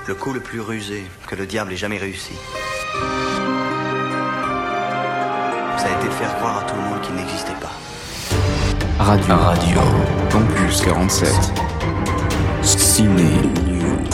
Le coup le plus rusé que le diable ait jamais réussi. Ça a été de faire croire à tout le monde qu'il n'existait pas. Radio Campus 47 Ciné News.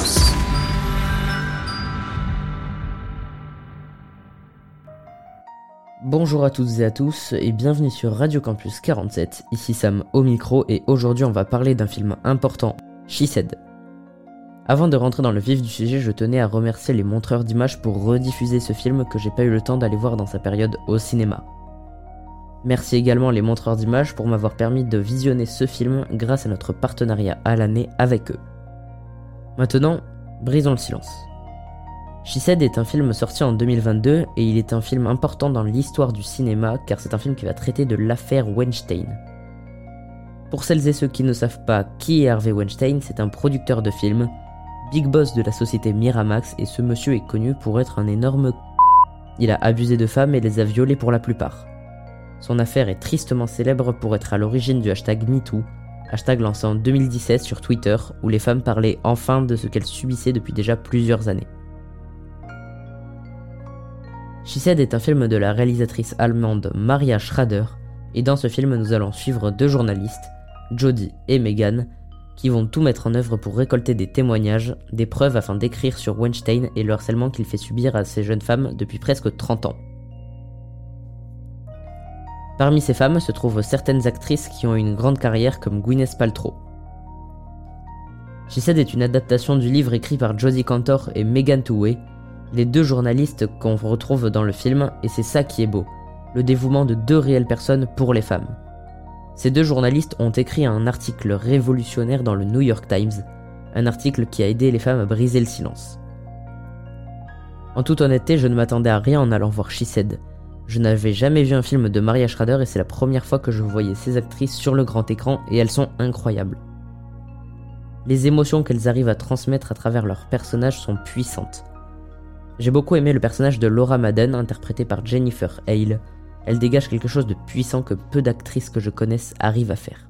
Bonjour à toutes et à tous et bienvenue sur Radio Campus 47, ici Sam au micro et aujourd'hui on va parler d'un film important, She Said. Avant de rentrer dans le vif du sujet, je tenais à remercier les montreurs d'images pour rediffuser ce film que j'ai pas eu le temps d'aller voir dans sa période au cinéma. Merci également les montreurs d'images pour m'avoir permis de visionner ce film grâce à notre partenariat à l'année avec eux. Maintenant, brisons le silence. She Said est un film sorti en 2022 et il est un film important dans l'histoire du cinéma car c'est un film qui va traiter de l'affaire Weinstein. Pour celles et ceux qui ne savent pas qui est Harvey Weinstein, c'est un producteur de films, big boss de la société Miramax et ce monsieur est connu pour être un énorme Il a abusé de femmes et les a violées pour la plupart. Son affaire est tristement célèbre pour être à l'origine du hashtag MeToo, hashtag lancé en 2017 sur Twitter où les femmes parlaient enfin de ce qu'elles subissaient depuis déjà plusieurs années. She Said est un film de la réalisatrice allemande Maria Schrader et dans ce film nous allons suivre deux journalistes, Jodie et Megan, qui vont tout mettre en œuvre pour récolter des témoignages, des preuves afin d'écrire sur Weinstein et le harcèlement qu'il fait subir à ces jeunes femmes depuis presque 30 ans. Parmi ces femmes se trouvent certaines actrices qui ont une grande carrière comme Gwyneth Paltrow. She Said est une adaptation du livre écrit par Jodie Cantor et Megan Twohey, les deux journalistes qu'on retrouve dans le film, et c'est ça qui est beau, le dévouement de deux réelles personnes pour les femmes. Ces deux journalistes ont écrit un article révolutionnaire dans le New York Times, un article qui a aidé les femmes à briser le silence. En toute honnêteté, je ne m'attendais à rien en allant voir She Said. Je n'avais jamais vu un film de Maria Schrader et c'est la première fois que je voyais ces actrices sur le grand écran et elles sont incroyables. Les émotions qu'elles arrivent à transmettre à travers leurs personnages sont puissantes. J'ai beaucoup aimé le personnage de Laura Madden, interprétée par Jennifer Hale. Elle dégage quelque chose de puissant que peu d'actrices que je connaisse arrivent à faire.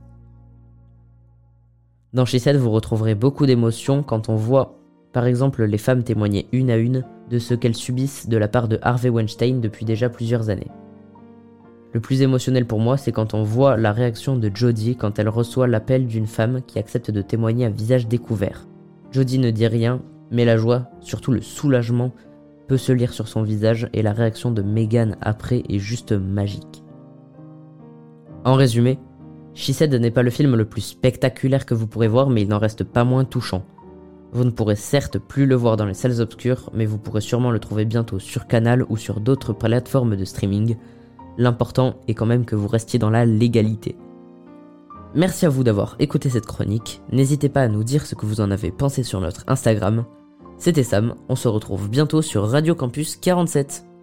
Dans She Said, vous retrouverez beaucoup d'émotions quand on voit, par exemple, les femmes témoigner une à une de ce qu'elles subissent de la part de Harvey Weinstein depuis déjà plusieurs années. Le plus émotionnel pour moi, c'est quand on voit la réaction de Jodie quand elle reçoit l'appel d'une femme qui accepte de témoigner à visage découvert. Jodie ne dit rien, mais la joie, surtout le soulagement, peut se lire sur son visage et la réaction de Megan après est juste magique. En résumé, She Said n'est pas le film le plus spectaculaire que vous pourrez voir, mais il n'en reste pas moins touchant. Vous ne pourrez certes plus le voir dans les salles obscures, mais vous pourrez sûrement le trouver bientôt sur Canal ou sur d'autres plateformes de streaming. L'important est quand même que vous restiez dans la légalité. Merci à vous d'avoir écouté cette chronique, n'hésitez pas à nous dire ce que vous en avez pensé sur notre Instagram. C'était Sam, on se retrouve bientôt sur Radio Campus 47.